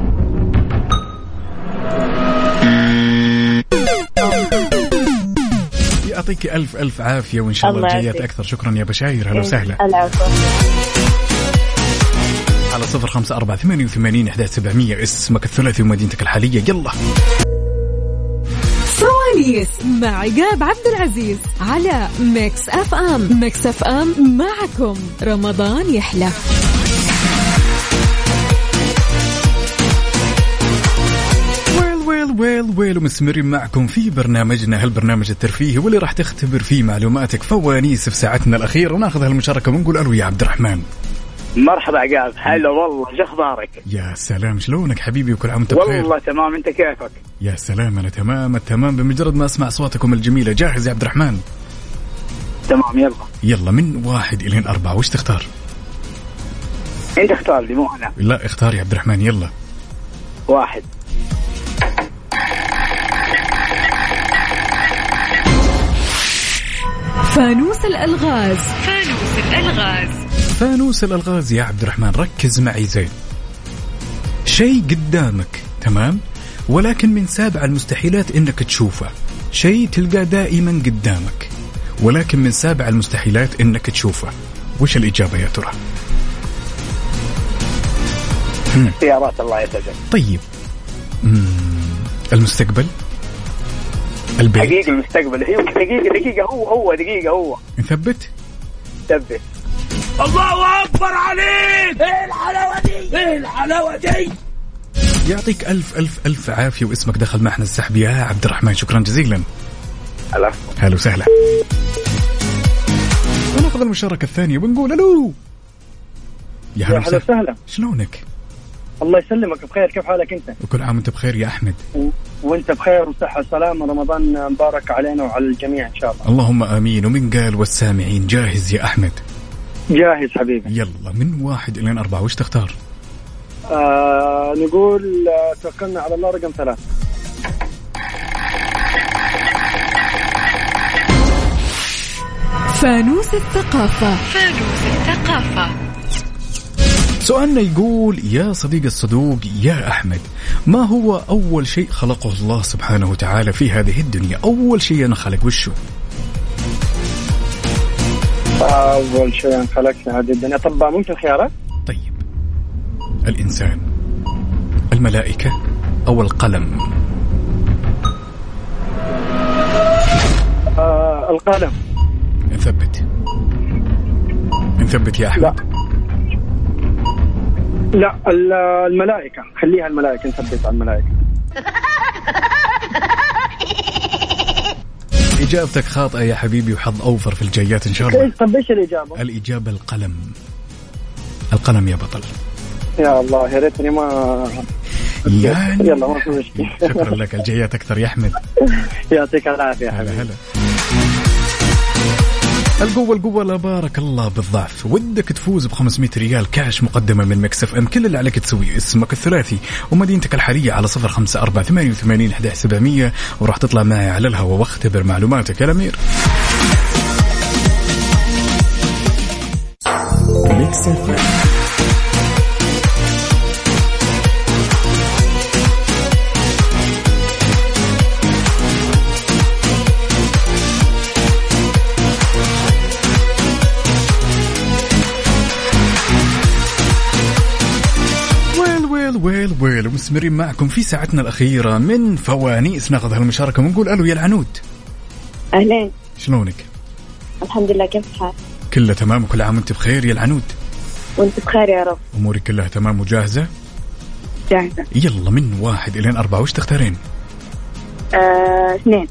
يعطيك ألف ألف عافية وإن شاء الله الجايات أكثر. شكرا يا بشاير. هلا وسهلا. على صفر خمسة أربعة ثمانية وثمانين أحد عشر سبعمية اسمك الثلاثي ومدينتك الحالية. يلا فوانيس مع عقاب عبد العزيز على ميكس اف ام. ميكس اف ام معكم رمضان يحلى. ويل ويل ومستمرين معكم في برنامجنا هالبرنامج الترفيهي واللي راح تختبر فيه معلوماتك فوانيس في ساعتنا الأخيرة، وناخذ هالمشاركة ونقول ألو يا عبد الرحمن. مرحبا عقاب، هلا والله، شو اخبارك؟ يا سلام، شلونك حبيبي وكل عام وانت بخير؟ والله تمام، انت كيفك؟ يا سلام، انا تمام التمام بمجرد ما اسمع اصواتكم الجميله. جاهز يا عبد الرحمن؟ تمام، يلا يلا من واحد الين اربعه وش تختار؟ انت اختار لي مو انا. لا اختار يا عبد الرحمن. يلا واحد. فانوس الألغاز. فانوس الألغاز. فانوس الألغاز يا عبد الرحمن، ركز معي زين. شيء قدامك تمام، ولكن من سابع المستحيلات انك تشوفه. شيء تلقاه دائما قدامك ولكن من سابع المستحيلات انك تشوفه. وش الإجابة يا ترى؟ خيارات الله يسعدك. طيب مم. المستقبل، البيت. دقيقة المستقبل، دقيقة دقيقة هو هو دقيقة هو نثبت ثبت. الله أكبر عليك، ايه الحلاوة دي، ايه الحلاوة دي. يعطيك ألف ألف ألف عافية، واسمك دخل معنا السحب يا عبد الرحمن، شكرا جزيلا. العفو. هلا وسهلا. وناخذ المشاركة الثانية ونقول ألو يا هلا وسهلا. شلونك؟ الله يسلمك بخير، كيف حالك انت؟ وكل عام وانت بخير يا أحمد. و... وانت بخير وصحة وسلامة، رمضان مبارك علينا وعلى الجميع إن شاء الله. اللهم آمين. ومن قال والسامعين. جاهز يا أحمد؟ جاهز حبيبي. يلا من واحد إلى أربعة وش تختار؟ آه نقول آه توكلنا على الله رقم ثلاث. فانوس الثقافة. فانوس الثقافة. سؤالنا يقول يا صديق الصدوق يا أحمد، ما هو أول شيء خلقه الله سبحانه وتعالى في هذه الدنيا؟ أول شيء أنا خلق وشو؟ أول شيء أنا خلق في هذه الدنيا. طب ممكن خيارات؟ طيب، الإنسان، الملائكة، أو القلم؟ آه القلم. نثبت نثبت يا أحمد. لا لا الملائكة، خليها الملائكة، نثبت على الملائكة. إجابتك خاطئة يا حبيبي، وحظ أوفر في الجايات إن شاء الله. طب إيش الإجابة؟ الإجابة القلم. القلم يا بطل. يا الله يا ريتني ما يعني. يلا ما في مشكلة. شكرا لك، الجايات أكثر يا أحمد. يعطيك العافية. هلا هلا. القوة القوة لا بارك الله بالضعف. ودك تفوز بخمسمية ريال كاش مقدمة من مكس اف ام؟ كل اللي عليك تسويه اسمك الثلاثي ومدينتك الحالية على صفر خمسة أربعة ثمانية وثمانين أحد عشر سبعمية، وراح تطلع معي على الهواء واختبر معلوماتك يا الأمير. مكس اف ام. ويل ويل ومستمرين معكم في ساعتنا الأخيرة من فوانيس. ناخذ هالمشاركة ونقول ألو يا العنود. أهلين، شلونك؟ الحمد لله، كيف الحال؟ كله تمام وكل عام وانت بخير يا العنود. وانت بخير يا رب. أموري كلها تمام وجاهزة؟ جاهزة. يلا من واحد إلى أربعة وش تختارين؟ آه، اثنين.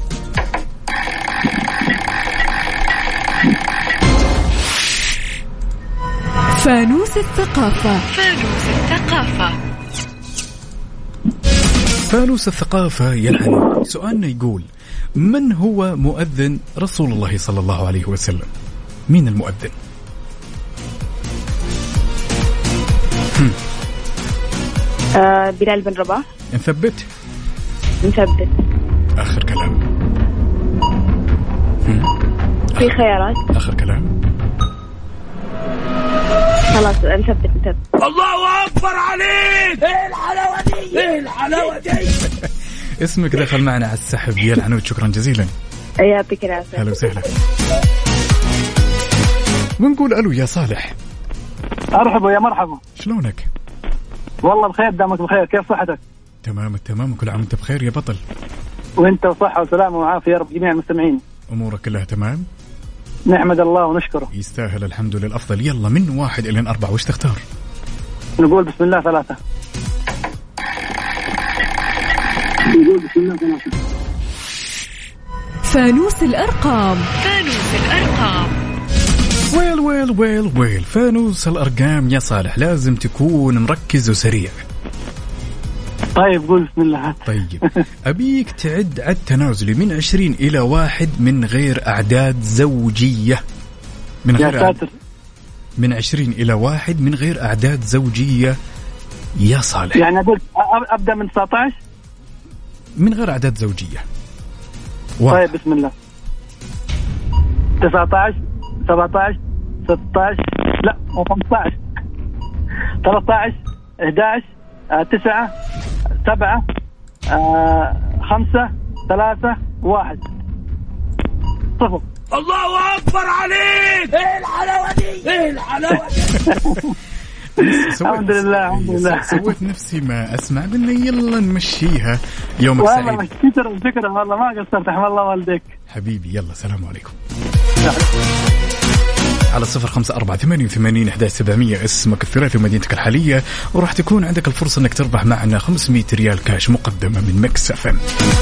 فانوس الثقافة. فانوس الثقافة. فانوس الثقافة يا العنود. سؤالنا يقول من هو مؤذن رسول الله صلى الله عليه وسلم؟ مين المؤذن؟ آه، بلال بن رباح. نثبت نثبت آخر كلام. في خيارات؟ آخر كلام. خلاص نثبت نثبت. الله أكبر عليك، ايه الحلاوة دي، ايه الحلاوة دي. اسمك دخل معنا على السحب يا العنود، شكرا جزيلا. يعطيك العافية. هلا وسهلا. ونقول ألو يا صالح. مرحبا يا مرحبا. شلونك؟ والله بخير، دامك بخير، كيف صحتك؟ تمام التمام وكل عام وانت بخير يا بطل. وانت وصحة وسلامة وعافية يا رب جميع المستمعين. أمورك كلها تمام؟ نحمد الله ونشكره. يستاهل الحمد لله الأفضل. يلا من واحد إلى أربعة وش تختار؟ نقول بسم الله ثلاثة. فانوس الأرقام. فانوس الأرقام. ويل ويل ويل ويل فانوس الأرقام يا صالح لازم تكون مركز وسريع. طيب قول بسم الله. طيب أبيك تعد عد تنازلي من عشرين إلى واحد من غير أعداد زوجية. من غير أعداد. من عشرين إلى واحد من غير أعداد زوجية يا صالح. يعني أبدأ من تسعة عشر من غير أعداد زوجية. واحد. طيب بسم الله. تسعة عشر سبعة عشر ستة عشر لا خمسة عشر ثلاثة عشر إحدى عشر تسعة سبعة خمسة ثلاثة واحد صفر. الله أكبر عليك. إيه الحلاوة دي؟ إيه الحلاوة دي؟ الحمد لله الحمد لله. سويت نفسي ما أسمع قلنا يلا نمشيها. يومك سعيد. والله شكرا شكرا والله ما قصرت حمد الله والديك حبيبي. يلا سلام عليكم. على صفر خمسة أربعة ثمانية وثمانين أحد عشر سبعمية اسمك الثلاثي ومدينتك الحالية وراح تكون عندك الفرصة أنك تربح معنا خمسمية ريال كاش مقدمة من ميكس اف ام.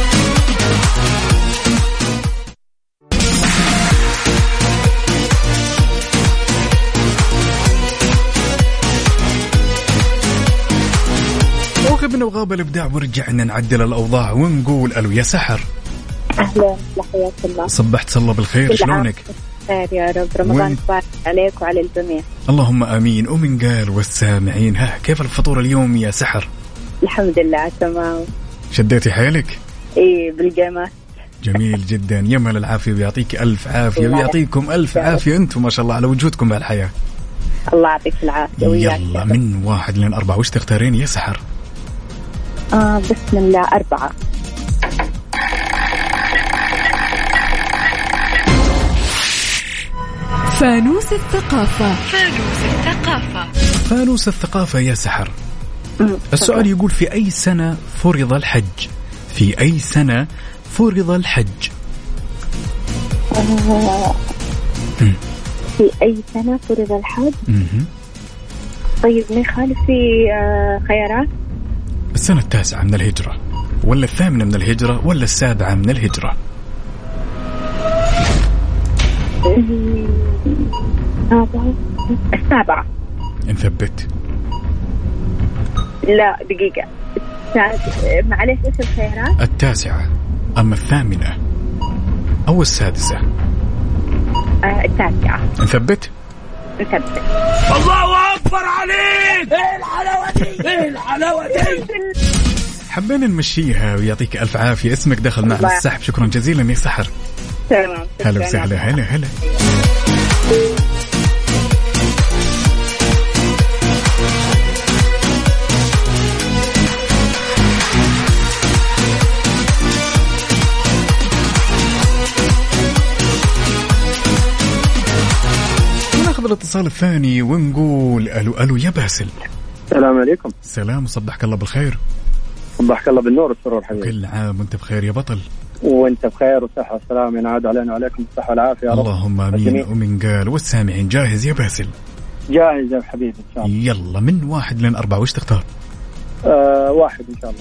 وغبنا وغاب الإبداع ورجعنا نعدل الأوضاع ونقول ألو يا سحر. أهلا حياك الله. صبحت صلى بالخير شلونك؟ خير يا رب. رمضان مبارك عليك وعلى الجميع. اللهم آمين. ومن قال والسامعين. ها كيف الفطور اليوم يا سحر؟ الحمد لله تمام. شديتي حيلك؟ إيه بالجمال. جميل جدا. يمل العافية ويعطيك ألف عافية ويعطيكم ألف عافية. أنتم ما شاء الله على وجودكم بهالحياة. الله يعطيك العافية وياك. يلا من واحد لين أربعة وش تختارين يا سحر؟ آه بسم الله أربعة. فانوس الثقافة. فانوس الثقافة. فانوس الثقافة يا سحر. السؤال يقول في أي سنة فرض الحج؟ في أي سنة فرض الحج؟ آه في أي سنة فرض الحج؟ مم. طيب من خالف في آه خيارات؟ السنة التاسعة من الهجرة ولا الثامنة من الهجرة ولا السابعة من الهجرة؟ السابعة. نثبت. لا دقيقة. معلش إيش الخيارات؟ التاسعة أما الثامنة أو السادسة؟ آه التاسعة. نثبت. نثبت. الله أكبر عليك. إيه الحلاوة دي؟ إيه الحلاوة دي؟ حبينا نمشيها ويعطيك ألف عافية. اسمك دخل معنا السحب. شكرا جزيلا يا سحر. تمام. هلا وسهلا. هلا هلا. ناخذ الاتصال الثاني ونقول ألو ألو يا باسل. السلام عليكم. السلام وصبحك الله بالخير. صبحك الله بالنور والسرور حبيبي. كل عام وانت بخير يا بطل. وانت بخير وصحة والسلام ينعاد علينا وعليكم الصحة والعافية يا رب. اللهم امين. ومن قال والسامعين. جاهز يا باسل؟ جاهز يا حبيبي ان شاء الله. يلا من واحد لين أربعة وش تختار؟ آه واحد ان شاء الله.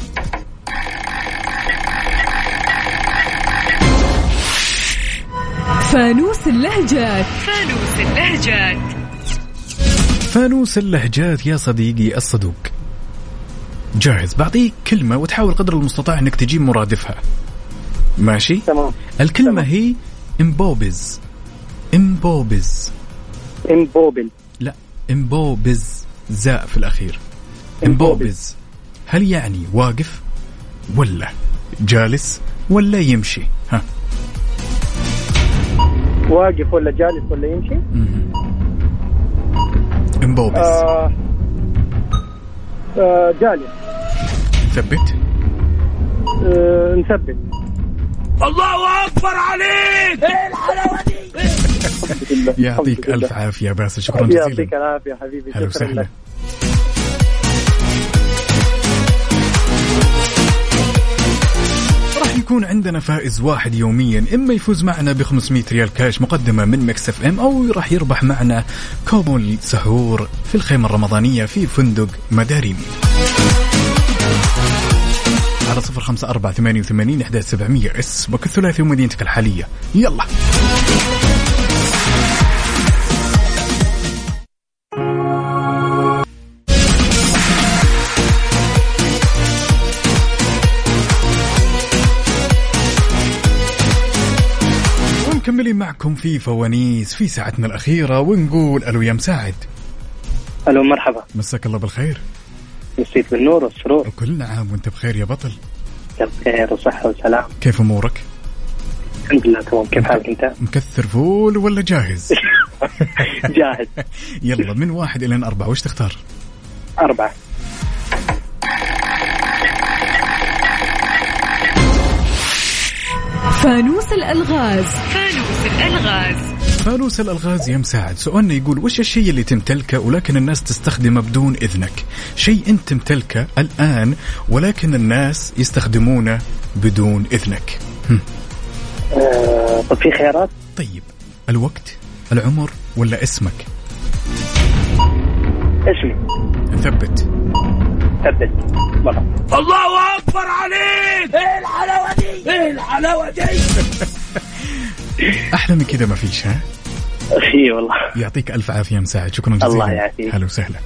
فانوس اللهجات. فانوس اللهجات. فانوس اللهجات يا صديقي الصدوق. جاهز؟ بعطيك كلمة وتحاول قدر المستطاع انك تجيب مرادفها. ماشي؟ تمام. الكلمة تمام. هي امبوبز. امبوبز. امبوبل. لا امبوبز زاء في الأخير. امبوبز هل يعني واقف ولا جالس ولا يمشي؟ ها واقف ولا جالس ولا يمشي؟ امبوبز. آه آه جالس. نثبت. آه نثبت. الله أكبر عليك. إيه الحلاوة دي؟ يعطيك ألف عافية باسل. شكرا جزيلا. يعطيك العافية حبيبي. هلا وسهلا. راح يكون عندنا فائز واحد يوميا، إما يفوز معنا ب خمسمية ريال كاش مقدمة من ميكس اف ام، أو راح يربح معنا كوبون سحور في الخيمة الرمضانية في فندق مداريمي. على صفر خمسة أربعة ثمانية وثمانين إحدى سبعمية اسمك الثلاثي ومدينتك الحالية. يلا مكملين معكم في فوانيس في ساعتنا الأخيرة، ونقول ألو يا مساعد. ألو مرحبا، مساك الله بالخير. مسيت بالنور والسرور. وكل عام وانت بخير يا بطل. بخير وصحة وسلام. كيف أمورك؟ الحمد لله تمام. كيف حالك أنت؟ مكثر فول ولا جاهز؟ جاهز. يلا من واحد إلى أربعة وش تختار؟ أربعة. فانوس الألغاز. فانوس الألغاز. فانوس الألغاز يا مساعد، سؤالنا يقول وش الشيء اللي تمتلكه ولكن الناس تستخدمه بدون إذنك؟ شيء أنت تمتلكه الآن ولكن الناس يستخدمونه بدون إذنك. آه، طب في خيارات؟ طيب الوقت، العمر، ولا اسمك؟ اسمي. ثبت. ثبت مرة. الله أكبر عليك. ايه الحلاوة دي، ايه الحلاوة دي. أحلى من كذا ما فيش. ها اي والله. يعطيك ألف عافية مساعد، شكرا جزيلا. الله يعافيك. هلا وسهلا.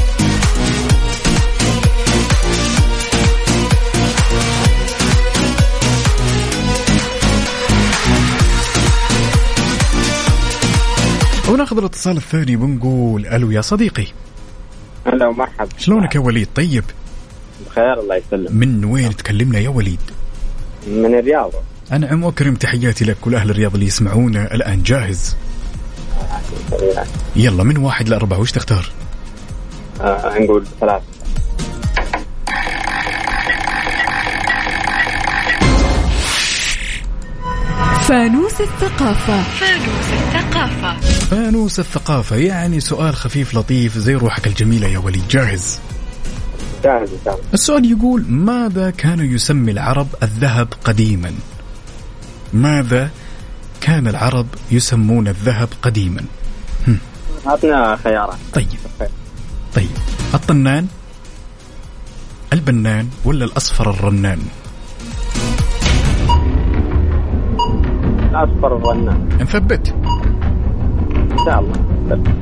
وناخذ الاتصال الثاني ونقول ألو يا صديقي. هلا ومرحبا. شلونك يا وليد؟ طيب بخير الله يسلم. من وين تكلمنا يا وليد؟ من الرياض. أنعم وأكرم، تحياتي لك كل أهل الرياض اللي يسمعونا الآن. جاهز؟ يلا من واحد لأربعة وش تختار؟ آه نقول ثلاثة. فانوس الثقافة. فانوس الثقافة. فانوس الثقافة يعني سؤال خفيف لطيف زي روحك الجميلة يا وليد. جاهز؟ جاهز جاهز. السؤال يقول ماذا كان يسمي العرب الذهب قديما؟ ماذا كان العرب يسمون الذهب قديما؟ أعطنا خيارات. طيب طيب الطنان، البنان، ولا الأصفر الرنان؟ الأصفر الرنان. نثبت إن شاء الله.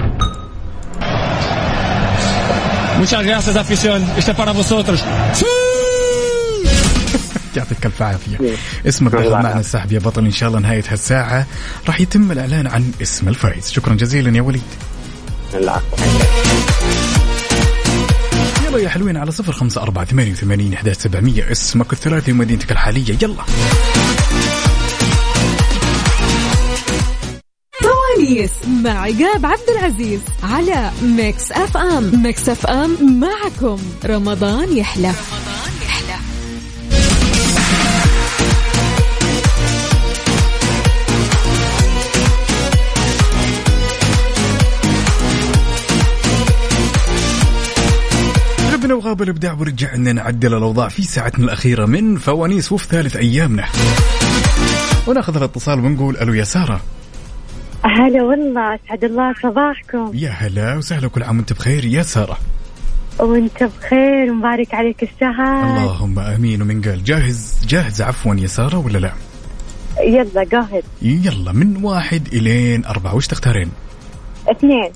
Muchas gracias afición. Este para vosotros. يعطيك الف عافية. اسمك دخل معنا السحب يا بطل. إن شاء الله نهاية هالساعة راح يتم الإعلان عن اسم الفائز. شكرا جزيلا يا وليد. يلا يا حلوين على صفر خمسة أربعة ثمانية وثمانين إحدى سبعمية اسمك الثلاثي ومدينتك الحالية. يلا فوانيس مع عقاب عبد العزيز على ميكس اف ام. ميكس اف ام معكم رمضان يحلى. غبنا وغاب الابداع ورجعنا نعدل الاوضاع في ساعتنا الاخيره من فوانيس وفي ثالث ايامنا. وناخذ الاتصال ونقول الو يا ساره. هلا والله، اسعد الله صباحكم. يا هلا وسهلا، كل عام وانت بخير يا ساره. وانت بخير ومبارك عليك الشهر. اللهم امين. ومن قال جاهز؟ جاهز عفوا يا ساره ولا لا؟ يلا جاهز. يلا من واحد الين اربعه وش تختارين؟ اثنين.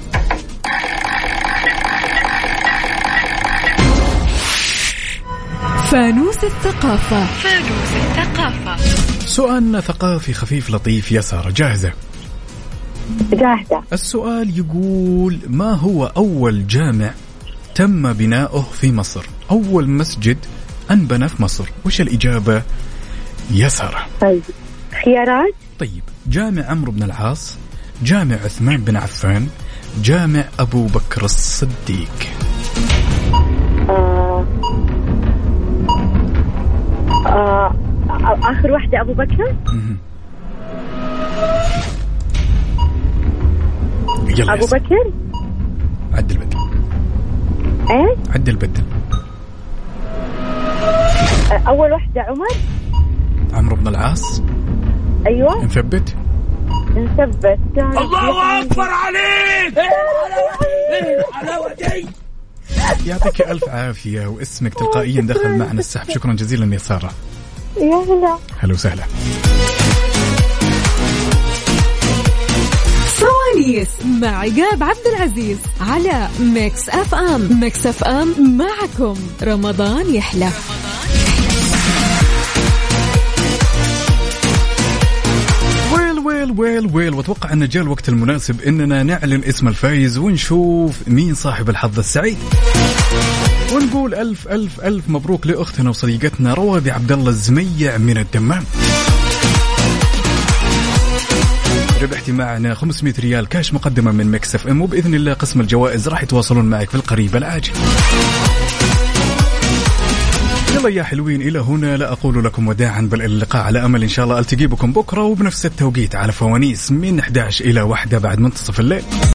فانوس الثقافة. فانوس الثقافة. سؤالنا ثقافي خفيف لطيف يا سارة. جاهزة؟ جاهزة. السؤال يقول ما هو أول جامع تم بناؤه في مصر؟ أول مسجد أنبنى في مصر. وش الإجابة يا سارة؟ طيب خيارات. طيب جامع عمرو بن العاص، جامع عثمان بن عفان، جامع أبو بكر الصديق. آه. آه. آخر واحدة أبو بكر. يلا أبو بكر. عد البدل. إيه؟ عد البدل. أول واحدة عمر. عمرو بن العاص. أيوة. نثبت. نثبت. الله أكبر عليك. إيه الحلاوة دي، إيه الحلاوة دي. يعطيك ألف عافية، واسمك تلقائيا دخل معنا السحب. شكرا جزيلا يا سارة. يا هلا هلا وسهلا. فوانيس مع عقاب عبد العزيز على ميكس اف ام. ميكس اف ام معكم رمضان يحلى. ويل ويل ويل ويل واتوقع ان جاء الوقت المناسب اننا نعلن اسم الفايز ونشوف مين صاحب الحظ السعيد، ونقول ألف ألف ألف مبروك لأختنا وصديقتنا روابي عبد الله الزميع من الدمام. ربحتي معنا خمسمية ريال كاش مقدمة من ميكس اف ام، وبإذن الله قسم الجوائز راح يتواصلون معك في القريب العاجل. يلا يا حلوين، إلى هنا لا أقول لكم وداعا بل اللقاء على أمل إن شاء الله ألتقي بكم بكرة وبنفس التوقيت على فوانيس من إحدى عشر إلى واحدة بعد منتصف الليل.